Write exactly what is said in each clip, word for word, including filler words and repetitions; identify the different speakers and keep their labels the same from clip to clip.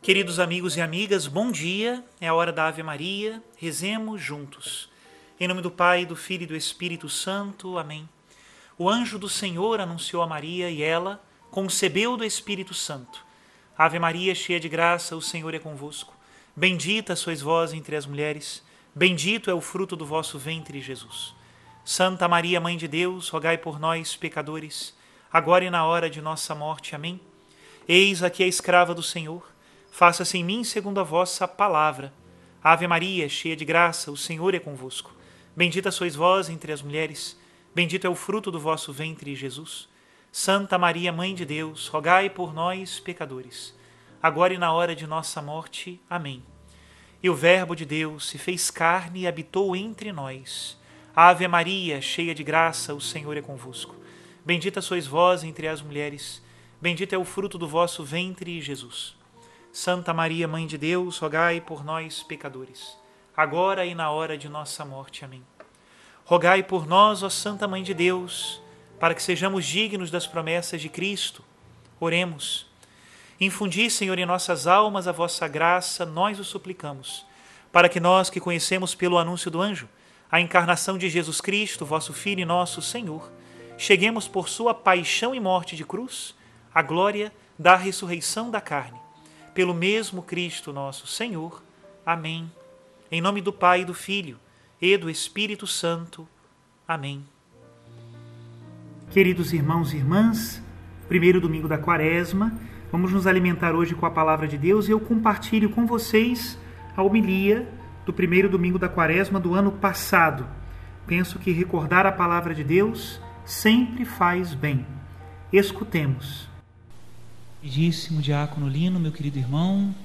Speaker 1: Queridos amigos e amigas, bom dia, é a hora da Ave Maria, rezemos juntos. Em nome do Pai, do Filho e do Espírito Santo, amém. O anjo do Senhor anunciou a Maria e ela concebeu do Espírito Santo. Ave Maria, cheia de graça, o Senhor é convosco. Bendita sois vós entre as mulheres, bendito é o fruto do vosso ventre, Jesus. Santa Maria, Mãe de Deus, rogai por nós, pecadores, agora e na hora de nossa morte, amém. Eis aqui a escrava do Senhor. Faça-se em mim segundo a vossa palavra. Ave Maria, cheia de graça, o Senhor é convosco. Bendita sois vós entre as mulheres, bendito é o fruto do vosso ventre, Jesus. Santa Maria, Mãe de Deus, rogai por nós, pecadores, agora e na hora de nossa morte. Amém. E o Verbo de Deus se fez carne e habitou entre nós. Ave Maria, cheia de graça, o Senhor é convosco. Bendita sois vós entre as mulheres, bendito é o fruto do vosso ventre, Jesus. Santa Maria, Mãe de Deus, rogai por nós, pecadores, agora e na hora de nossa morte. Amém. Rogai por nós, ó Santa Mãe de Deus, para que sejamos dignos das promessas de Cristo. Oremos. Infundi, Senhor, em nossas almas a vossa graça, nós o suplicamos, para que nós, que conhecemos pelo anúncio do anjo a encarnação de Jesus Cristo, vosso Filho e nosso Senhor, cheguemos por sua paixão e morte de cruz à glória da ressurreição da carne. Pelo mesmo Cristo nosso Senhor. Amém. Em nome do Pai, do Filho e do Espírito Santo. Amém. Queridos irmãos e irmãs, primeiro domingo da Quaresma, vamos nos alimentar hoje com a Palavra de Deus e eu compartilho com vocês a homilia do primeiro domingo da Quaresma do ano passado. Penso que recordar a Palavra de Deus sempre faz bem. Escutemos. Queridíssimo diácono Lino, meu querido irmão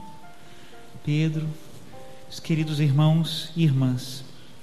Speaker 1: Pedro, os queridos irmãos e irmãs.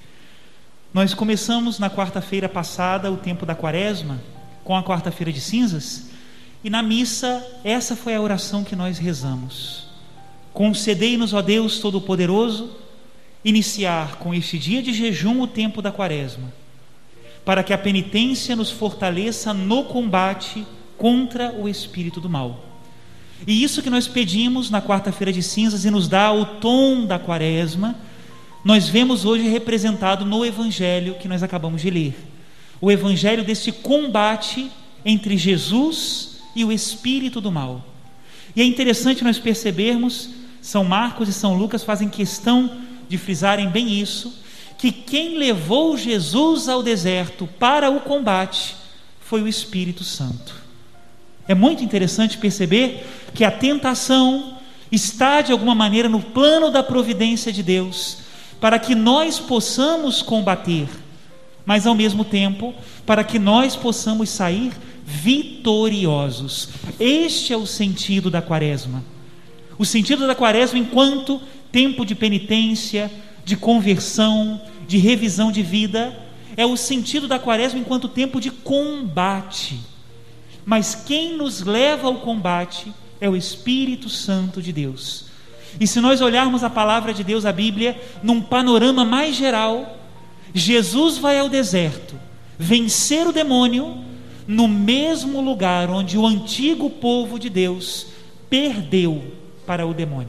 Speaker 1: Nós começamos na quarta-feira passada o tempo da Quaresma, com a quarta-feira de cinzas, e na missa essa foi a oração que nós rezamos. Concedei-nos, ó Deus Todo-Poderoso, iniciar com este dia de jejum o tempo da Quaresma, para que a penitência nos fortaleça no combate contra o espírito do mal. E isso que nós pedimos na quarta-feira de cinzas e nos dá o tom da Quaresma, nós vemos hoje representado no Evangelho que nós acabamos de ler. O Evangelho desse combate entre Jesus e o espírito do mal. E é interessante nós percebermos, São Marcos e São Lucas fazem questão de frisarem bem isso, que quem levou Jesus ao deserto para o combate foi o Espírito Santo. É muito interessante perceber que a tentação está de alguma maneira no plano da providência de Deus, para que nós possamos combater, mas ao mesmo tempo, para que nós possamos sair vitoriosos. Este é o sentido da Quaresma. O sentido da Quaresma enquanto tempo de penitência, de conversão, de revisão de vida, é o sentido da Quaresma enquanto tempo de combate. Mas quem nos leva ao combate é o Espírito Santo de Deus. E se nós olharmos a palavra de Deus, a Bíblia, num panorama mais geral, Jesus vai ao deserto vencer o demônio no mesmo lugar onde o antigo povo de Deus perdeu para o demônio.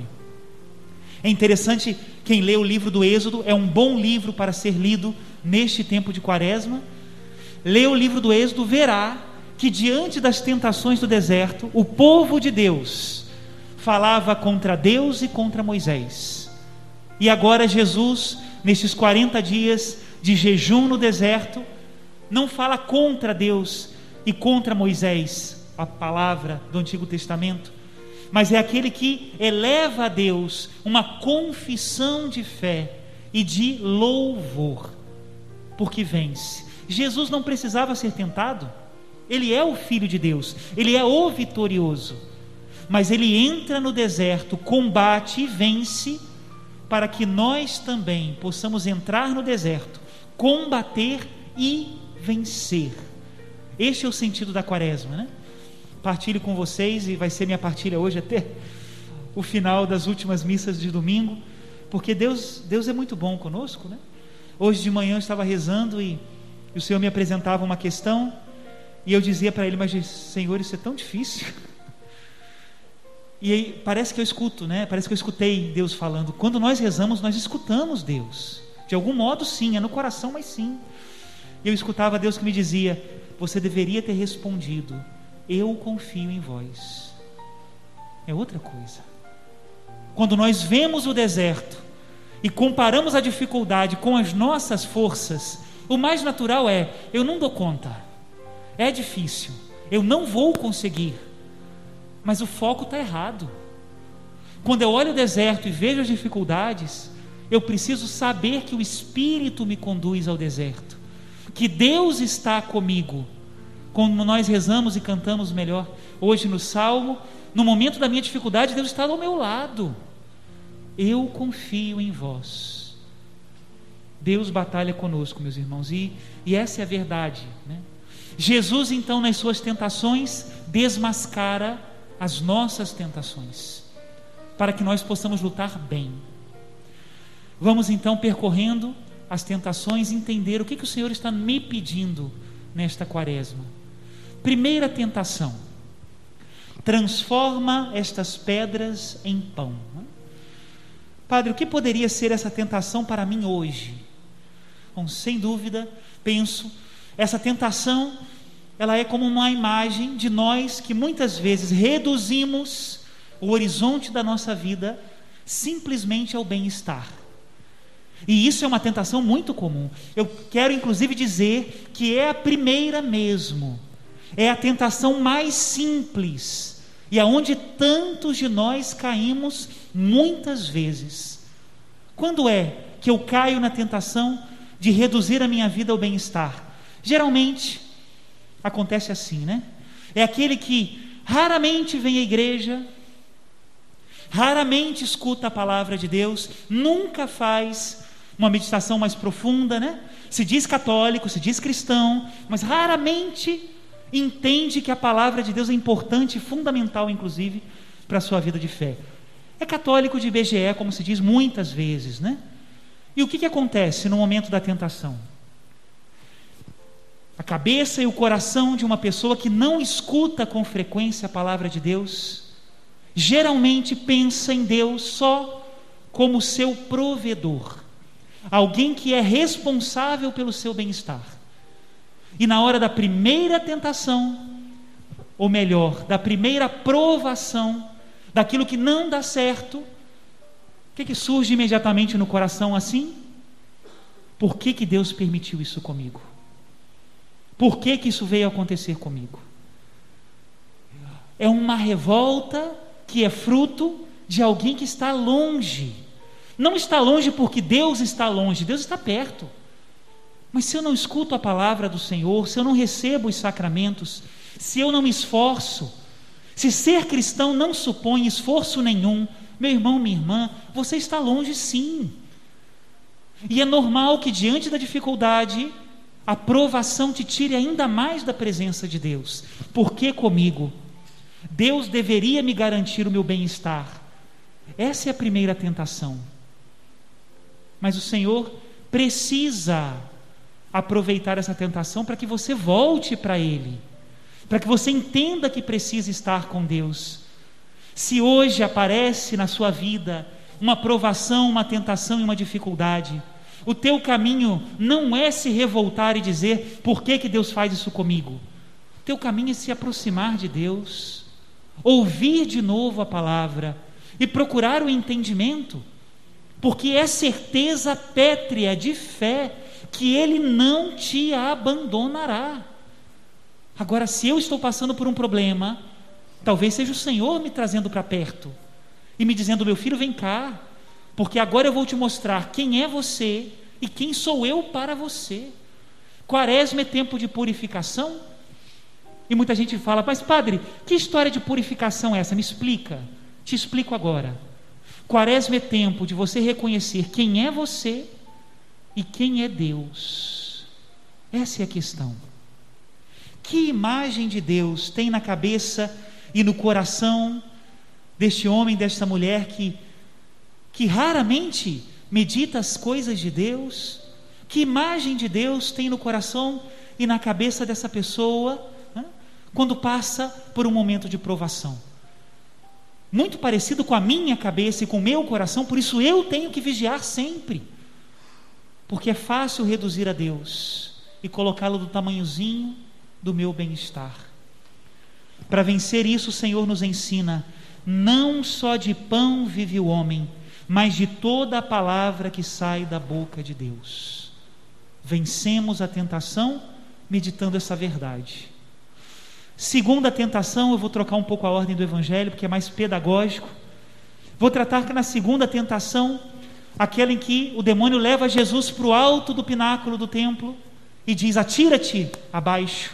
Speaker 1: É interessante, quem lê o livro do Êxodo, é um bom livro para ser lido neste tempo de Quaresma. Lê o livro do Êxodo, verá que diante das tentações do deserto, o povo de Deus falava contra Deus e contra Moisés. E agora Jesus, nesses quarenta dias de jejum no deserto, não fala contra Deus e contra Moisés, a palavra do Antigo Testamento, mas é aquele que eleva a Deus uma confissão de fé e de louvor, porque vence. Jesus não precisava ser tentado. Ele é o Filho de Deus, ele é o vitorioso, mas ele entra no deserto, combate e vence, para que nós também possamos entrar no deserto, combater e vencer. Este é o sentido da Quaresma, né? Partilho com vocês, e vai ser minha partilha hoje até o final das últimas missas de domingo, porque Deus, Deus é muito bom conosco, né? Hoje de manhã eu estava rezando e, e o Senhor me apresentava uma questão, e eu dizia para Ele: mas Senhor, isso é tão difícil. E aí, parece que eu escuto, né? Parece que eu escutei Deus falando. Quando nós rezamos, nós escutamos Deus. De algum modo, sim, é no coração, mas sim. E eu escutava Deus que me dizia: você deveria ter respondido: eu confio em vós. É outra coisa. Quando nós vemos o deserto e comparamos a dificuldade com as nossas forças, o mais natural é: eu não dou conta, é difícil, eu não vou conseguir. Mas o foco está errado. Quando eu olho o deserto e vejo as dificuldades, eu preciso saber que o Espírito me conduz ao deserto, que Deus está comigo. Como nós rezamos e cantamos melhor hoje no Salmo, no momento da minha dificuldade, Deus está ao meu lado. Eu confio em vós. Deus batalha conosco, meus irmãos, e, e essa é a verdade, né? Jesus, então, nas suas tentações, desmascara as nossas tentações, para que nós possamos lutar bem. Vamos então percorrendo as tentações, entender o que, que o Senhor está me pedindo nesta quaresma. Primeira tentação: transforma estas pedras em pão. Padre, o que poderia ser essa tentação para mim hoje? Bom, sem dúvida, penso, essa tentação, ela é como uma imagem de nós que muitas vezes reduzimos o horizonte da nossa vida simplesmente ao bem-estar. E isso é uma tentação muito comum. Eu quero inclusive dizer que é a primeira mesmo. É a tentação mais simples e aonde tantos de nós caímos muitas vezes. Quando é que eu caio na tentação de reduzir a minha vida ao bem-estar? Geralmente acontece assim, né? É aquele que raramente vem à igreja, raramente escuta a palavra de Deus, nunca faz uma meditação mais profunda, né? Se diz católico, se diz cristão, mas raramente entende que a palavra de Deus é importante e fundamental, inclusive, para a sua vida de fé. É católico de I B G E, como se diz muitas vezes, né? E o que, que acontece no momento da tentação? A cabeça e o coração de uma pessoa que não escuta com frequência a palavra de Deus, geralmente pensa em Deus só como seu provedor, alguém que é responsável pelo seu bem-estar. E na hora da primeira tentação, ou melhor, da primeira provação, daquilo que não dá certo, o que, que surge imediatamente no coração assim? Por que, que Deus permitiu isso comigo? Por que, que isso veio acontecer comigo? É uma revolta que é fruto de alguém que está longe. Não está longe porque Deus está longe, Deus está perto. Mas se eu não escuto a palavra do Senhor, se eu não recebo os sacramentos, se eu não me esforço, se ser cristão não supõe esforço nenhum, meu irmão, minha irmã, você está longe sim. E é normal que diante da dificuldade, a provação te tire ainda mais da presença de Deus. Por que comigo? Deus deveria me garantir o meu bem-estar. Essa é a primeira tentação. Mas o Senhor precisa aproveitar essa tentação para que você volte para Ele, para que você entenda que precisa estar com Deus. Se hoje aparece na sua vida uma provação, uma tentação e uma dificuldade, o teu caminho não é se revoltar e dizer: por que que Deus faz isso comigo? O teu caminho é se aproximar de Deus, ouvir de novo a palavra e procurar o entendimento, porque é certeza pétrea de fé que Ele não te abandonará. Agora, se eu estou passando por um problema, talvez seja o Senhor me trazendo para perto e me dizendo: meu filho, vem cá, porque agora eu vou te mostrar quem é você e quem sou eu para você. Quaresma é tempo de purificação. E muita gente fala: mas padre, que história de purificação é essa? Me explica. Te explico agora. Quaresma é tempo de você reconhecer quem é você e quem é Deus. Essa é a questão. Que imagem de Deus tem na cabeça e no coração deste homem, desta mulher que, que raramente medita as coisas de Deus? Que imagem de Deus tem no coração e na cabeça dessa pessoa, né, quando passa por um momento de provação?
Speaker 2: muito parecido com a minha cabeça e com o meu coração, por isso eu tenho que vigiar sempre, porque é fácil reduzir a Deus e colocá-lo do tamanhozinho do meu bem-estar. Para vencer isso, o Senhor nos ensina: não só de pão vive o homem, mas de toda a palavra que sai da boca de Deus. Vencemos a tentação meditando essa verdade. Segunda tentação, eu vou trocar um pouco a ordem do Evangelho, porque é mais pedagógico. Vou tratar que na segunda tentação, aquela em que o demônio leva Jesus para o alto do pináculo do templo e diz: atira-te abaixo,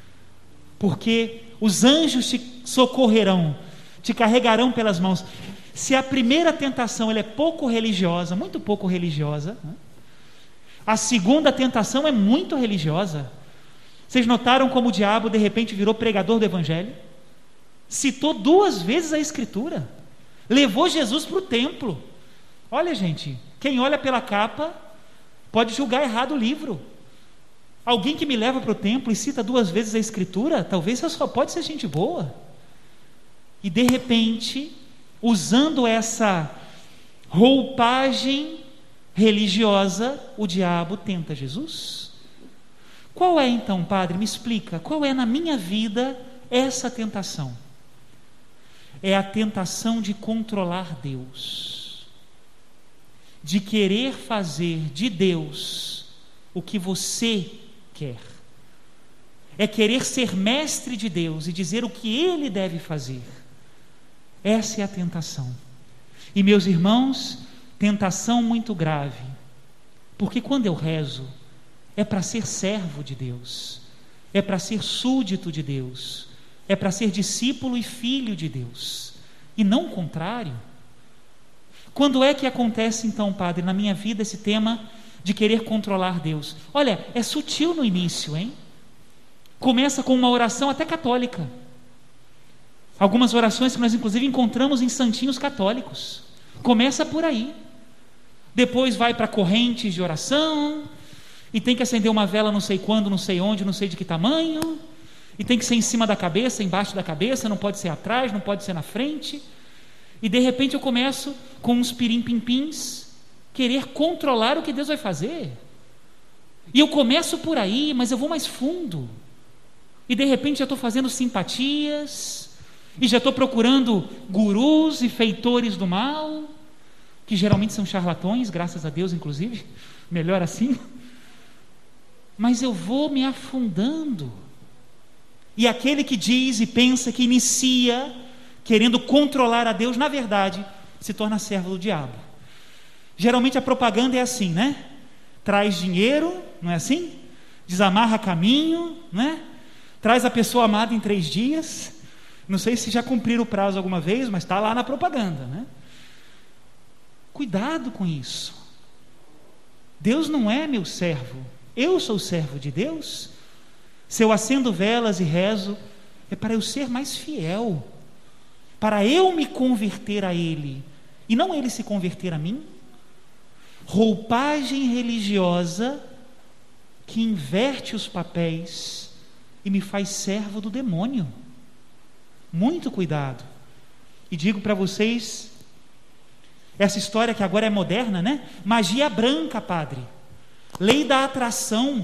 Speaker 2: porque os anjos te socorrerão, te carregarão pelas mãos. Se a primeira tentação ela é pouco religiosa, muito pouco religiosa, né? A segunda tentação é muito religiosa. Vocês notaram como o diabo de repente virou pregador do Evangelho? Citou duas vezes a Escritura, levou Jesus para o templo. Olha, gente, quem olha pela capa pode julgar errado o livro. Alguém que me leva para o templo e cita duas vezes a Escritura, talvez só pode ser gente boa. E de repente, usando essa roupagem religiosa, o diabo tenta Jesus. Qual é então, padre? Me explica, qual é na minha vida essa tentação? É a tentação de controlar Deus, de querer fazer de Deus o que você quer. É querer ser mestre de Deus e dizer o que Ele deve fazer. Essa é a tentação. E meus irmãos, tentação muito grave, porque quando eu rezo, é para ser servo de Deus, é para ser súdito de Deus, é para ser discípulo e filho de Deus, e não o contrário. Quando é que acontece então, padre, na minha vida esse tema de querer controlar Deus? Olha, é sutil no início, hein? Começa com uma oração até católica. Algumas orações que nós inclusive encontramos em santinhos católicos. Começa por aí. Depois vai para correntes de oração, e tem que acender uma vela não sei quando, não sei onde, não sei de que tamanho, e tem que ser em cima da cabeça, embaixo da cabeça, não pode ser atrás, não pode ser na frente. E de repente eu começo com uns pirim-pim-pins, querer controlar o que Deus vai fazer. E eu começo por aí, mas eu vou mais fundo. E de repente já estou fazendo simpatias, e já estou procurando gurus e feitores do mal, que geralmente são charlatões, graças a Deus inclusive, melhor assim. Mas eu vou me afundando. E aquele que diz e pensa que inicia querendo controlar a Deus, na verdade, se torna servo do diabo. Geralmente a propaganda é assim, né? Traz dinheiro, não é assim? Desamarra caminho, né? Traz a pessoa amada em três dias. Não sei se já cumpriram o prazo alguma vez, mas está lá na propaganda, né? Cuidado com isso. Deus não é meu servo, eu sou servo de Deus. Se eu acendo velas e rezo, é para eu ser mais fiel, para eu me converter a Ele, e não Ele se converter a mim. Roupagem religiosa que inverte os papéis e me faz servo do demônio. Muito cuidado. E digo para vocês, essa história que agora é moderna, né? Magia branca, padre. Lei da atração.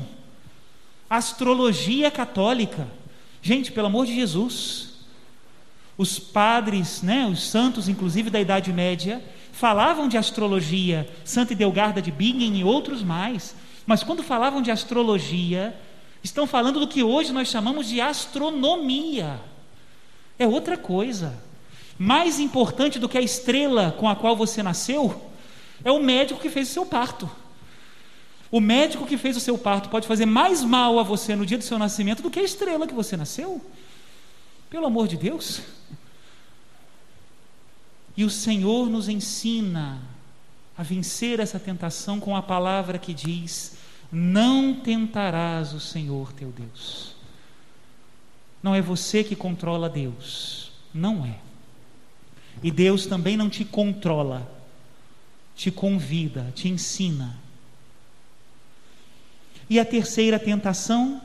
Speaker 2: Astrologia católica. Gente, pelo amor de Jesus. Os padres, né? Os santos, inclusive da Idade Média, falavam de astrologia. Santa Idelgarda de Bingen e outros mais. Mas quando falavam de astrologia, estão falando do que hoje nós chamamos de astronomia. É outra coisa. Mais importante do que a estrela com a qual você nasceu é o médico que fez o seu parto. O médico que fez o seu parto pode fazer mais mal a você no dia do seu nascimento do que a estrela que você nasceu. Pelo amor de Deus. E o Senhor nos ensina a vencer essa tentação com a palavra que diz: não tentarás o Senhor teu Deus. Não é você que controla Deus, não é. E Deus também não te controla, te convida, te ensina. E a terceira tentação,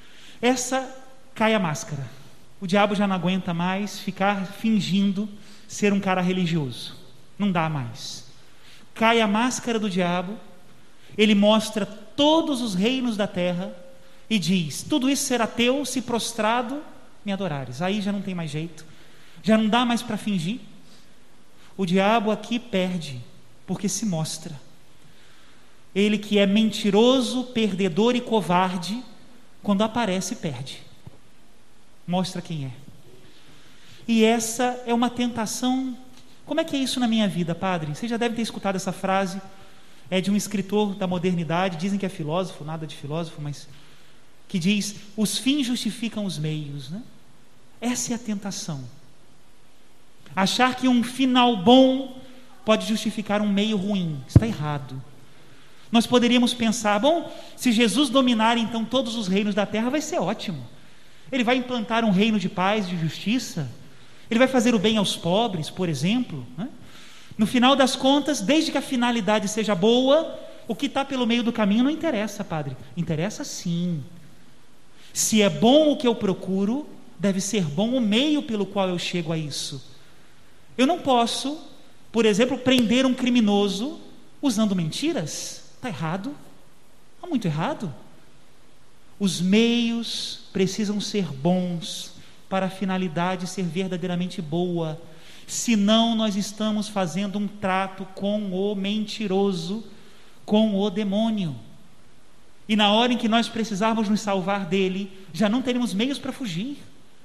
Speaker 2: essa cai a máscara. O diabo já não aguenta mais ficar fingindo ser um cara religioso. Não dá mais. Cai a máscara do diabo, ele mostra todos os reinos da terra e diz: tudo isso será teu se prostrado me adorares. Aí já não tem mais jeito, já não dá mais para fingir. O diabo aqui perde, porque se mostra. Ele que é mentiroso, perdedor e covarde, quando aparece, perde. Mostra quem é. E essa é uma tentação. Como é que é isso na minha vida, padre? Você já deve ter escutado essa frase. É de um escritor da modernidade, dizem que é filósofo, nada de filósofo, mas que diz: os fins justificam os meios, né? Essa é a tentação. Achar que um final bom pode justificar um meio ruim. Está errado. Nós poderíamos pensar: bom, se Jesus dominar então todos os reinos da terra, vai ser ótimo. Ele vai implantar um reino de paz, de justiça. Ele vai fazer o bem aos pobres, por exemplo, né? No final das contas, desde que a finalidade seja boa, o que está pelo meio do caminho não interessa, padre. Interessa sim. Se é bom o que eu procuro, deve ser bom o meio pelo qual eu chego a isso. Eu não posso, por exemplo, prender um criminoso usando mentiras. Está errado. Está muito errado. Os meios precisam ser bons para a finalidade ser verdadeiramente boa. Senão nós estamos fazendo um trato com o mentiroso, com o demônio. E na hora em que nós precisarmos nos salvar dele, já não teremos meios para fugir.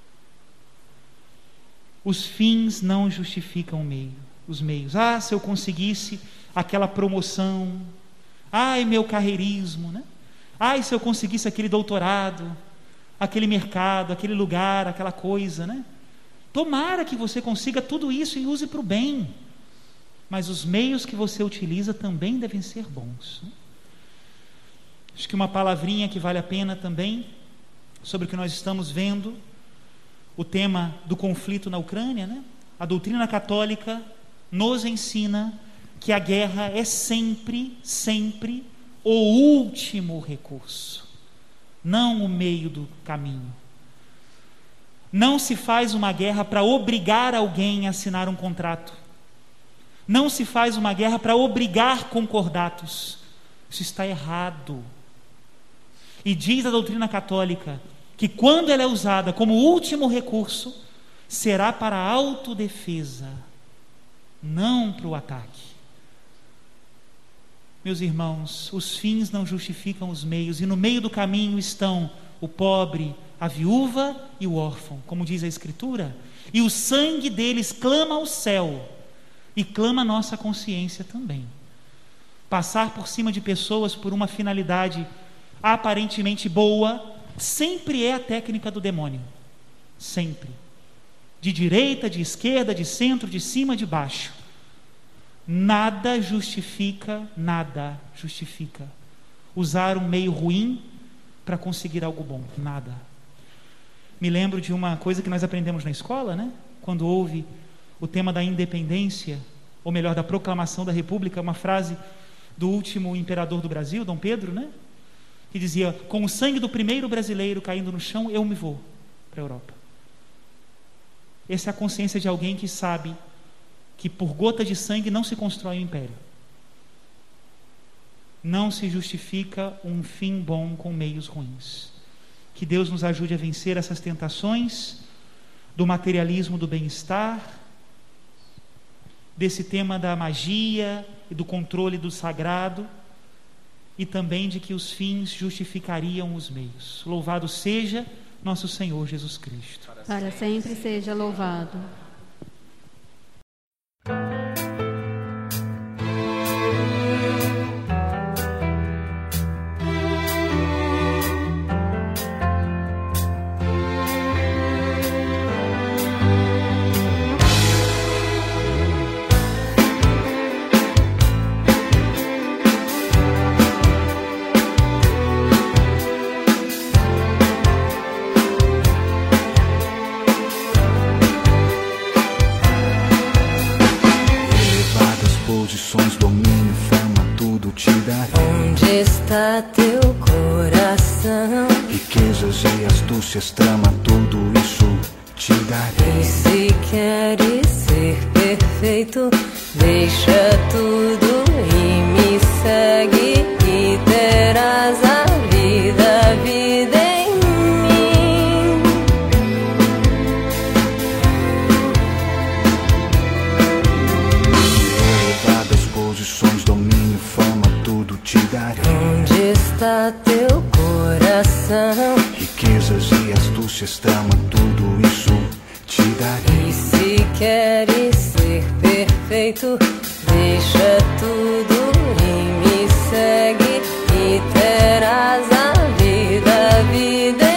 Speaker 2: Os fins não justificam o meio, os meios. Ah, se eu conseguisse aquela promoção. Ai, meu carreirismo, né? Ai, se eu conseguisse aquele doutorado, aquele mercado, aquele lugar, aquela coisa, né? Tomara que você consiga tudo isso e use para o bem. Mas os meios que você utiliza também devem ser bons, né? Acho que uma palavrinha que vale a pena também, sobre o que nós estamos vendo, o tema do conflito na Ucrânia, né? A doutrina católica nos ensina que a guerra é sempre, sempre o último recurso, não o meio do caminho. Não se faz uma guerra para obrigar alguém a assinar um contrato. Não se faz uma guerra para obrigar concordatos. Isso está errado. E diz a doutrina católica que quando ela é usada como último recurso, será para a autodefesa, não para o ataque. Meus irmãos, os fins não justificam os meios, e no meio do caminho estão o pobre, a viúva e o órfão, como diz a Escritura, e o sangue deles clama ao céu, e clama a nossa consciência também. Passar por cima de pessoas por uma finalidade aparentemente boa, sempre é a técnica do demônio, sempre, de direita, de esquerda, de centro, de cima, de baixo. Nada justifica, nada justifica usar um meio ruim para conseguir algo bom, nada. Me lembro de uma coisa que nós aprendemos na escola, né? Quando houve o tema da independência, ou melhor, da proclamação da República, uma frase do último imperador do Brasil, Dom Pedro, né? Que dizia: com o sangue do primeiro brasileiro caindo no chão, eu me vou para a Europa. Essa é a consciência de alguém que sabe que por gota de sangue não se constrói um império. Não se justifica um fim bom com meios ruins. Que Deus nos ajude a vencer essas tentações do materialismo do bem-estar, desse tema da magia e do controle do sagrado, e também de que os fins justificariam os meios. Louvado seja nosso Senhor Jesus Cristo.
Speaker 3: Para sempre seja louvado.
Speaker 4: Domínio, fama, tudo te darei.
Speaker 5: Onde está teu coração?
Speaker 4: Riquezas e astúcias, trama, tudo isso te darei.
Speaker 5: E se queres ser perfeito. Deixa tudo e me segue, e terás a vida, a vida em mim.
Speaker 4: Elevadas posições, domínio, fama, tudo te darei.
Speaker 5: Onde está teu coração?
Speaker 4: Riquezas e astúcias, trama, tudo isso te darei.
Speaker 5: E se queres ser perfeito, deixa tudo e me segue, e terás a vida, a vida